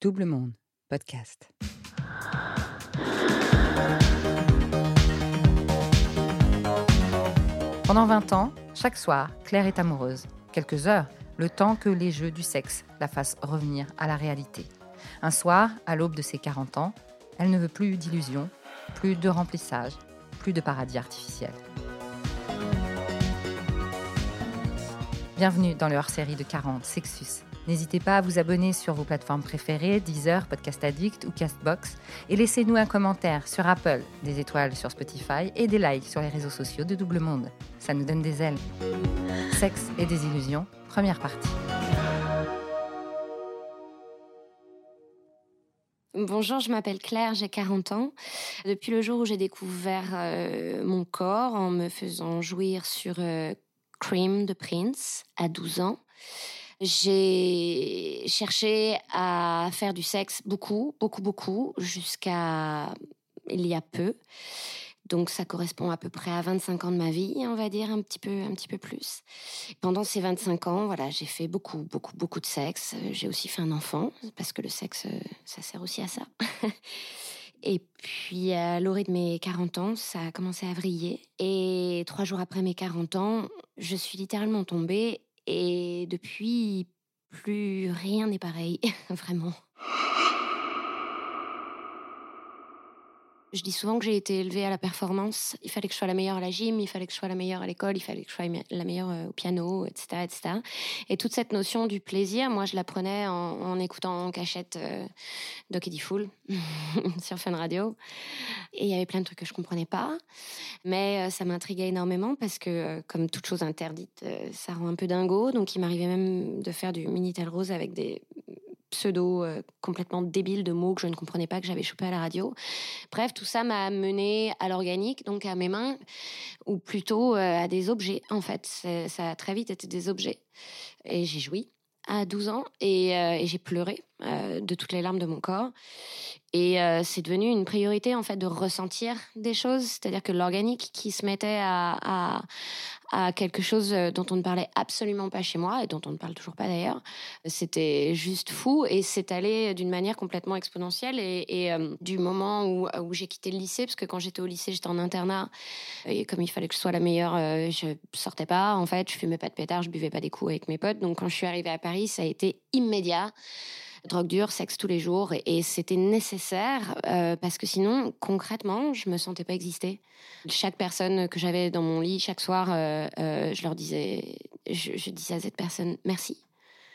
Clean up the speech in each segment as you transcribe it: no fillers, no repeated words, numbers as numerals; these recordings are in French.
Double Monde, podcast. Pendant 20 ans, chaque soir, Claire est amoureuse. Quelques heures, le temps que les jeux du sexe la fassent revenir à la réalité. Un soir, à l'aube de ses 40 ans, elle ne veut plus d'illusions, plus de remplissage, plus de paradis artificiel. Bienvenue dans le hors-série de 40, Sexus. N'hésitez pas à vous abonner sur vos plateformes préférées, Deezer, Podcast Addict ou Castbox, et laissez-nous un commentaire sur Apple, des étoiles sur Spotify et des likes sur les réseaux sociaux de Double Monde. Ça nous donne des ailes. Sexe et désillusion, première partie. Bonjour, je m'appelle Claire, j'ai 40 ans. Depuis le jour où j'ai découvert mon corps en me faisant jouir sur Cream de Prince à 12 ans, j'ai cherché à faire du sexe beaucoup, jusqu'à il y a peu. Donc ça correspond à peu près à 25 ans de ma vie, on va dire, un petit peu plus. Pendant ces 25 ans, voilà, j'ai fait beaucoup de sexe. J'ai aussi fait un enfant, parce que le sexe, ça sert aussi à ça. Et puis, à l'orée de mes 40 ans, ça a commencé à vriller. Et 3 jours après mes 40 ans, je suis littéralement tombée. Et depuis, plus rien n'est pareil, vraiment. Je dis souvent que j'ai été élevée à la performance. Il fallait que je sois la meilleure à la gym, il fallait que je sois la meilleure à l'école, il fallait que je sois la meilleure au piano, etc., etc. Et toute cette notion du plaisir, moi, je la prenais en écoutant en cachette Doc Eddie Fool sur Fun Radio. Et il y avait plein de trucs que je comprenais pas. Mais ça m'intriguait énormément parce que, comme toute chose interdite, ça rend un peu dingo. Donc, il m'arrivait même de faire du Minitel Rose avec des pseudo complètement débiles de mots que je ne comprenais pas, que j'avais chopé à la radio. Bref, tout ça m'a menée à l'organique, donc à mes mains, ou plutôt à des objets, en fait. Ça a très vite été des objets. Et j'ai joui à 12 ans et j'ai pleuré de toutes les larmes de mon corps. Et c'est devenu une priorité, en fait, de ressentir des choses. C'est-à-dire que l'organique qui se mettait à quelque chose dont on ne parlait absolument pas chez moi, et dont on ne parle toujours pas d'ailleurs, c'était juste fou. Et c'est allé d'une manière complètement exponentielle. Et du moment où j'ai quitté le lycée, parce que quand j'étais au lycée, j'étais en internat, et comme il fallait que je sois la meilleure, je sortais pas, en fait, je fumais pas de pétard, je buvais pas des coups avec mes potes. Donc quand je suis arrivée à Paris, ça a été immédiat. Drogue dure, sexe tous les jours, et c'était nécessaire parce que sinon, concrètement, je me sentais pas exister. Chaque personne que j'avais dans mon lit chaque soir, je leur disais, je disais à cette personne merci,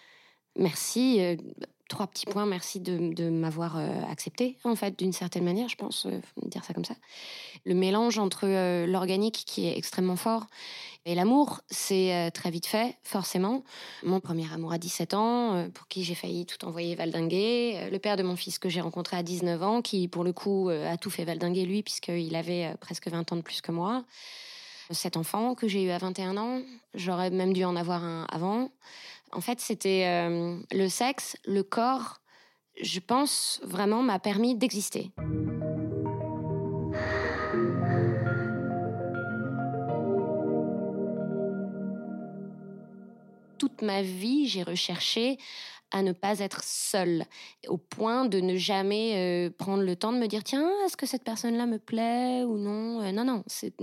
3 petits points, merci de m'avoir accepté, en fait, d'une certaine manière, je pense, faut dire ça comme ça. Le mélange entre l'organique qui est extrêmement fort et l'amour, c'est très vite fait, forcément. Mon premier amour à 17 ans, pour qui j'ai failli tout envoyer valdinguer. Le père de mon fils que j'ai rencontré à 19 ans, qui pour le coup a tout fait valdinguer lui, puisqu'il avait presque 20 ans de plus que moi. Cet enfant que j'ai eu à 21 ans, j'aurais même dû en avoir un avant. En fait, c'était le sexe, le corps, je pense vraiment m'a permis d'exister. Toute ma vie, j'ai recherché à ne pas être seule, au point de ne jamais prendre le temps de me dire tiens, est-ce que cette personne-là me plaît ou non. Non,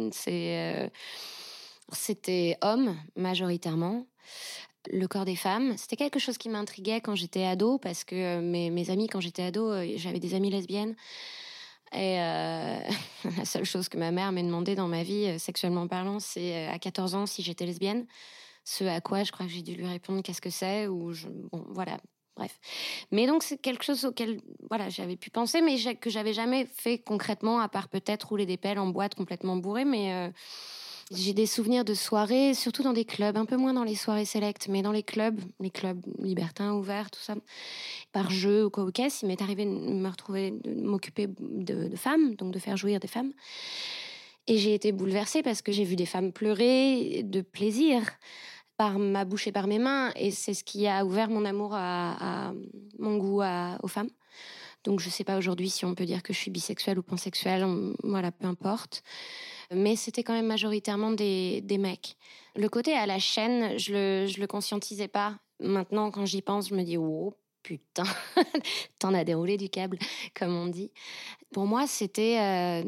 c'était homme majoritairement. Le corps des femmes, c'était quelque chose qui m'intriguait quand j'étais ado, parce que mes amies, quand j'étais ado, j'avais des amies lesbiennes. Et la seule chose que ma mère m'ait demandé dans ma vie, sexuellement parlant, c'est à 14 ans si j'étais lesbienne. Ce à quoi je crois que j'ai dû lui répondre qu'est-ce que c'est, bon, voilà, bref. Mais donc c'est quelque chose auquel voilà, j'avais pu penser, mais que j'avais jamais fait concrètement, à part peut-être rouler des pelles en boîte complètement bourrée. Mais j'ai des souvenirs de soirées, surtout dans des clubs, un peu moins dans les soirées sélectes, mais dans les clubs libertins, ouverts, tout ça. Par jeu ou quoi, il m'est arrivé de me retrouver, de m'occuper de femmes, donc de faire jouir des femmes. Et j'ai été bouleversée parce que j'ai vu des femmes pleurer de plaisir par ma bouche et par mes mains. Et c'est ce qui a ouvert mon amour à mon goût aux femmes. Donc je ne sais pas aujourd'hui si on peut dire que je suis bisexuelle ou pansexuelle. Voilà, peu importe. Mais c'était quand même majoritairement des mecs. Le côté à la chaîne, je le conscientisais pas. Maintenant, quand j'y pense, je me dis « oh, putain, t'en as déroulé du câble, comme on dit. Pour moi, c'était...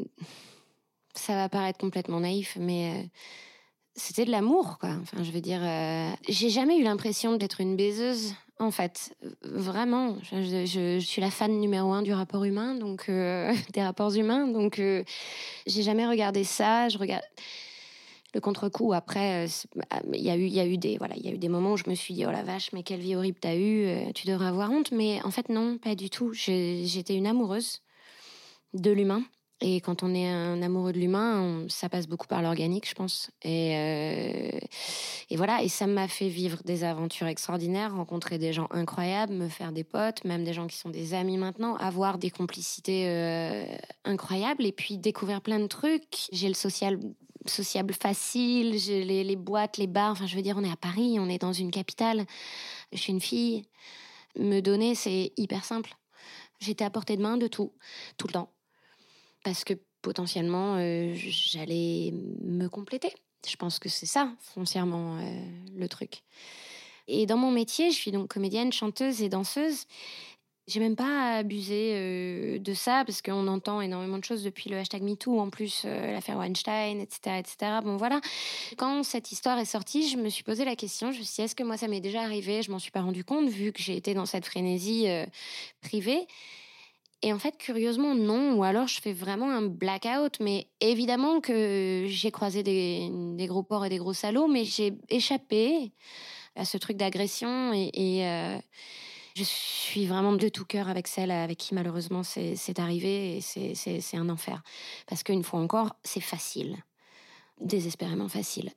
ça va paraître complètement naïf, mais c'était de l'amour, quoi. Enfin, je veux dire, j'ai jamais eu l'impression d'être une baiseuse, en fait. Vraiment. Je suis la fan numéro 1 du rapport humain, donc des rapports humains. Donc, j'ai jamais regardé ça. Je regarde le contre-coup. Après, il y a eu des moments où je me suis dit, oh la vache, mais quelle vie horrible t'as eue. Tu devrais avoir honte. Mais en fait, non, pas du tout. J'étais une amoureuse de l'humain. Et quand on est un amoureux de l'humain, ça passe beaucoup par l'organique, je pense. Et voilà, et ça m'a fait vivre des aventures extraordinaires, rencontrer des gens incroyables, me faire des potes, même des gens qui sont des amis maintenant, avoir des complicités incroyables, et puis découvrir plein de trucs. J'ai le sociable facile, j'ai les boîtes, les bars. Enfin, je veux dire, on est à Paris, on est dans une capitale. Je suis une fille. Me donner, c'est hyper simple. J'étais à portée de main de tout le temps. Parce que potentiellement, j'allais me compléter. Je pense que c'est ça, foncièrement, le truc. Et dans mon métier, je suis donc comédienne, chanteuse et danseuse. J'ai même pas abusé de ça, parce qu'on entend énormément de choses depuis le hashtag MeToo, en plus, l'affaire Weinstein, etc., etc. Bon, voilà. Quand cette histoire est sortie, je me suis posé la question, je me suis dit, est-ce que moi, ça m'est déjà arrivé ? Je m'en suis pas rendu compte, vu que j'ai été dans cette frénésie privée. Et en fait, curieusement, non. Ou alors, je fais vraiment un blackout. Mais évidemment que j'ai croisé des gros porcs et des gros salauds, mais j'ai échappé à ce truc d'agression. Et je suis vraiment de tout cœur avec celle avec qui, malheureusement, c'est arrivé. Et c'est un enfer. Parce qu'une fois encore, c'est facile. Désespérément facile.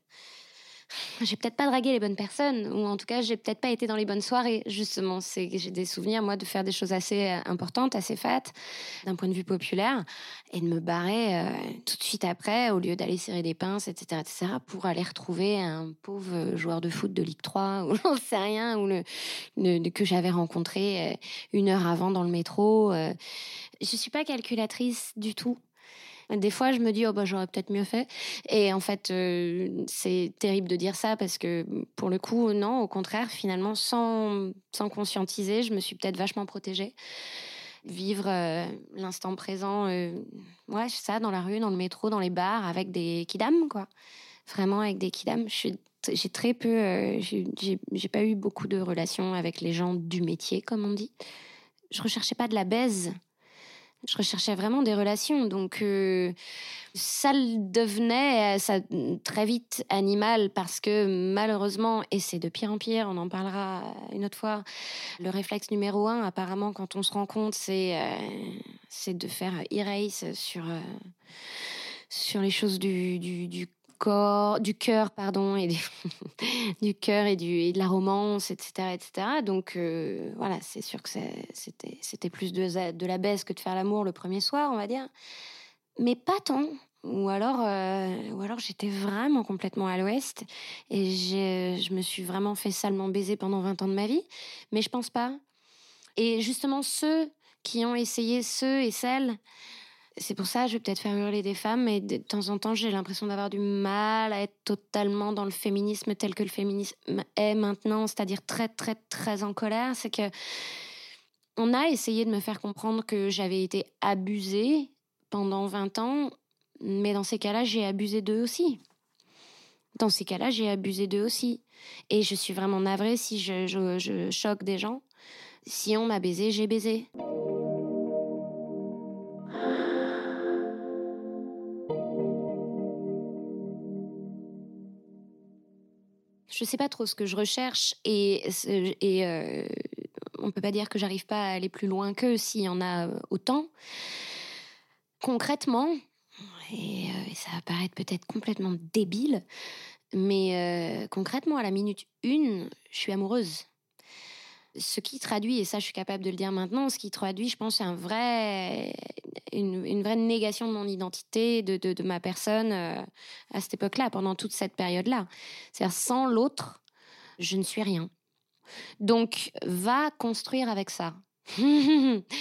J'ai peut-être pas dragué les bonnes personnes, ou en tout cas, j'ai peut-être pas été dans les bonnes soirées. Justement, j'ai des souvenirs, moi, de faire des choses assez importantes, assez fat, d'un point de vue populaire, et de me barrer tout de suite après, au lieu d'aller serrer des pinces, etc., pour aller retrouver un pauvre joueur de foot de Ligue 3, ou j'en sais rien, ou que j'avais rencontré 1 heure avant dans le métro. Je suis pas calculatrice du tout. Des fois, je me dis, j'aurais peut-être mieux fait. Et en fait, c'est terrible de dire ça parce que, pour le coup, non, au contraire, finalement, sans conscientiser, je me suis peut-être vachement protégée. Vivre l'instant présent, ouais, ça, dans la rue, dans le métro, dans les bars, avec des kidams, quoi. Vraiment avec des kidams. J'ai très peu, j'ai pas eu beaucoup de relations avec les gens du métier, comme on dit. Je recherchais pas de la baise. Je recherchais vraiment des relations, donc ça devenait très vite animal parce que malheureusement, et c'est de pire en pire, on en parlera une autre fois, le réflexe numéro 1 apparemment quand on se rend compte, c'est de faire erase sur les choses du cœur, pardon, et du cœur et de la romance, etc., etc. Donc voilà, c'est sûr que c'était plus de la baisse que de faire l'amour le premier soir, on va dire, mais pas tant. Ou alors j'étais vraiment complètement à l'ouest et je me suis vraiment fait salement baiser pendant 20 ans de ma vie, mais je pense pas. Et justement, ceux qui ont essayé, ceux et celles. C'est pour ça, je vais peut-être faire hurler des femmes, mais de temps en temps, j'ai l'impression d'avoir du mal à être totalement dans le féminisme tel que le féminisme est maintenant, c'est-à-dire très, très, très en colère. C'est que on a essayé de me faire comprendre que j'avais été abusée pendant 20 ans, mais dans ces cas-là, j'ai abusé d'eux aussi. Dans ces cas-là, j'ai abusé d'eux aussi. Et je suis vraiment navrée si je choque des gens. Si on m'a baisée, j'ai baisé. Je sais pas trop ce que je recherche et on peut pas dire que j'arrive pas à aller plus loin qu'eux s'il y en a autant. Concrètement, et ça va paraître peut-être complètement débile, mais concrètement, à la minute 1, je suis amoureuse. Ce qui traduit, et ça je suis capable de le dire maintenant, ce qui traduit, je pense, une vraie négation de mon identité, de ma personne à cette époque-là, pendant toute cette période-là. C'est-à-dire, sans l'autre, je ne suis rien. Donc, va construire avec ça.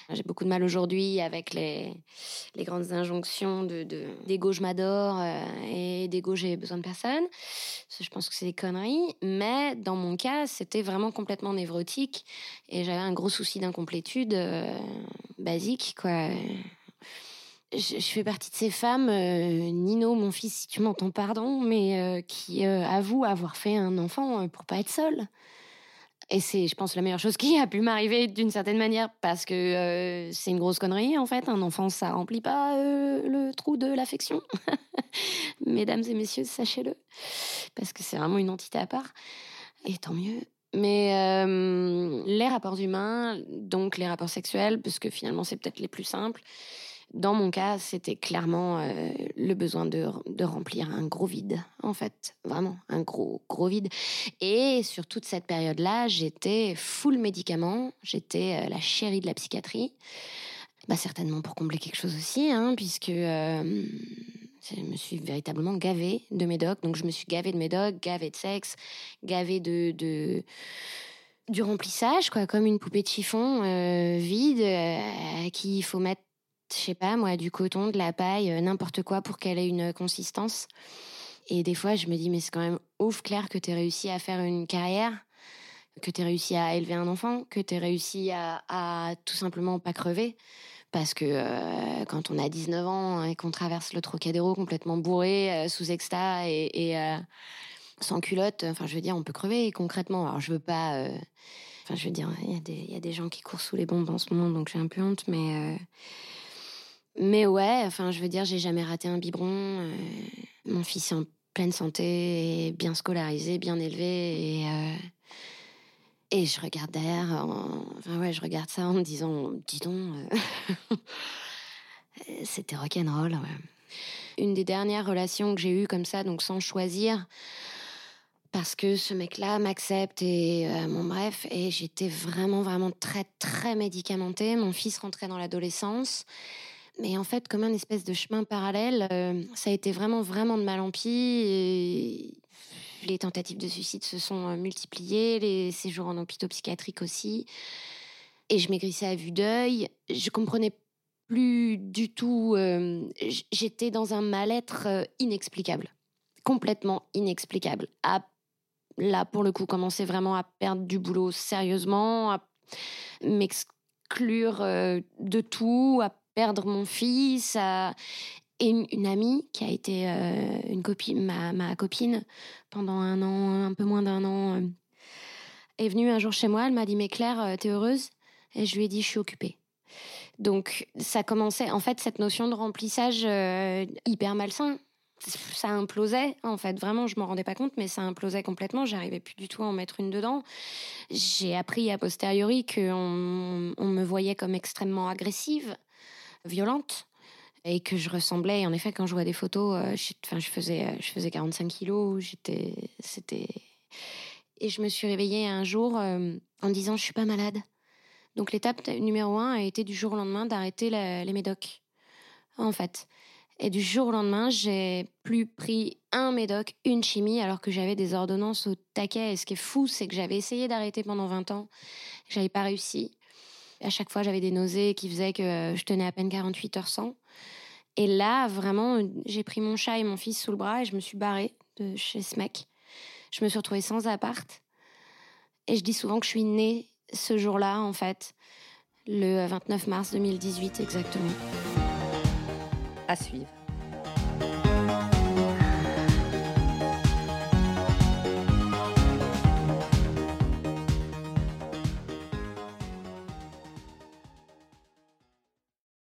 J'ai beaucoup de mal aujourd'hui avec les grandes injonctions d'ego je m'adore et d'ego j'ai besoin de personne. Je pense que c'est des conneries. Mais dans mon cas, c'était vraiment complètement névrotique et j'avais un gros souci d'incomplétude basique, quoi. Je fais partie de ces femmes, Nino, mon fils, si tu m'entends, pardon, mais qui avouent avoir fait un enfant pour pas être seule. Et c'est, je pense, la meilleure chose qui a pu m'arriver d'une certaine manière parce que c'est une grosse connerie, en fait. Un enfant, ça remplit pas le trou de l'affection. Mesdames et messieurs, sachez-le. Parce que c'est vraiment une entité à part. Et tant mieux. Mais les rapports humains, donc les rapports sexuels, parce que finalement, c'est peut-être les plus simples. Dans mon cas, c'était clairement le besoin de remplir un gros vide, en fait. Vraiment, un gros vide. Et sur toute cette période-là, j'étais full médicaments. J'étais la chérie de la psychiatrie. Bah, certainement pour combler quelque chose aussi, hein, puisque je me suis véritablement gavée de médoc. Donc, je me suis gavée de médoc, gavée de sexe, gavée du remplissage, quoi, comme une poupée de chiffon vide à qui il faut mettre, je sais pas moi, du coton, de la paille, n'importe quoi pour qu'elle ait une consistance. Et des fois, je me dis, mais c'est quand même ouf, Claire, que t'aies réussi à faire une carrière, que t'aies réussi à élever un enfant, que t'aies réussi à tout simplement pas crever. Parce que quand on a 19 ans et qu'on traverse le Trocadéro complètement bourré, sous exta et sans culotte, enfin, je veux dire, on peut crever concrètement. Alors, je veux pas... Enfin, je veux dire, il y a des gens qui courent sous les bombes en ce moment, donc j'ai un peu honte, mais ouais, enfin, je veux dire, j'ai jamais raté un biberon. Mon fils est en pleine santé, et bien scolarisé, bien élevé, et je regarde derrière, enfin ouais, je regarde ça en me disant, dis donc, c'était rock'n'roll. Ouais. Une des dernières relations que j'ai eues comme ça, donc sans choisir, parce que ce mec-là m'accepte et bon bref, et j'étais vraiment très très médicamentée. Mon fils rentrait dans l'adolescence. Mais en fait, comme un espèce de chemin parallèle, ça a été vraiment de mal en pis. Et les tentatives de suicide se sont multipliées, les séjours en hôpitaux psychiatriques aussi. Et je maigrissais à vue d'œil. Je comprenais plus du tout. J'étais dans un mal-être inexplicable. Complètement inexplicable. Là, pour le coup, commencer vraiment à perdre du boulot sérieusement, à m'exclure de tout, à perdre mon fils, et une amie qui a été une copine, ma copine pendant un an, un peu moins d'un an, est venue un jour chez moi. Elle m'a dit, mais Claire, t'es heureuse? Et je lui ai dit, je suis occupée. Donc ça commençait, en fait, cette notion de remplissage hyper malsain. Ça implosait, en fait, vraiment, je m'en rendais pas compte, mais ça implosait complètement, j'arrivais plus du tout à en mettre une dedans. J'ai appris a posteriori qu'on me voyait comme extrêmement agressive, violente, et que je ressemblais, en effet, quand je vois des photos, je faisais 45 kilos, et je me suis réveillée un jour en disant, je suis pas malade. Donc l'étape numéro 1 a été du jour au lendemain d'arrêter les médocs, en fait. Et du jour au lendemain, j'ai plus pris un médoc, une chimie, alors que j'avais des ordonnances au taquet. Et ce qui est fou, c'est que j'avais essayé d'arrêter pendant 20 ans. J'avais pas réussi. À chaque fois, j'avais des nausées qui faisaient que je tenais à peine 48 heures sans. Et là, vraiment, j'ai pris mon chat et mon fils sous le bras et je me suis barrée de chez ce mec. Je me suis retrouvée sans appart. Et je dis souvent que je suis née ce jour-là, en fait, le 29 mars 2018 exactement. À suivre.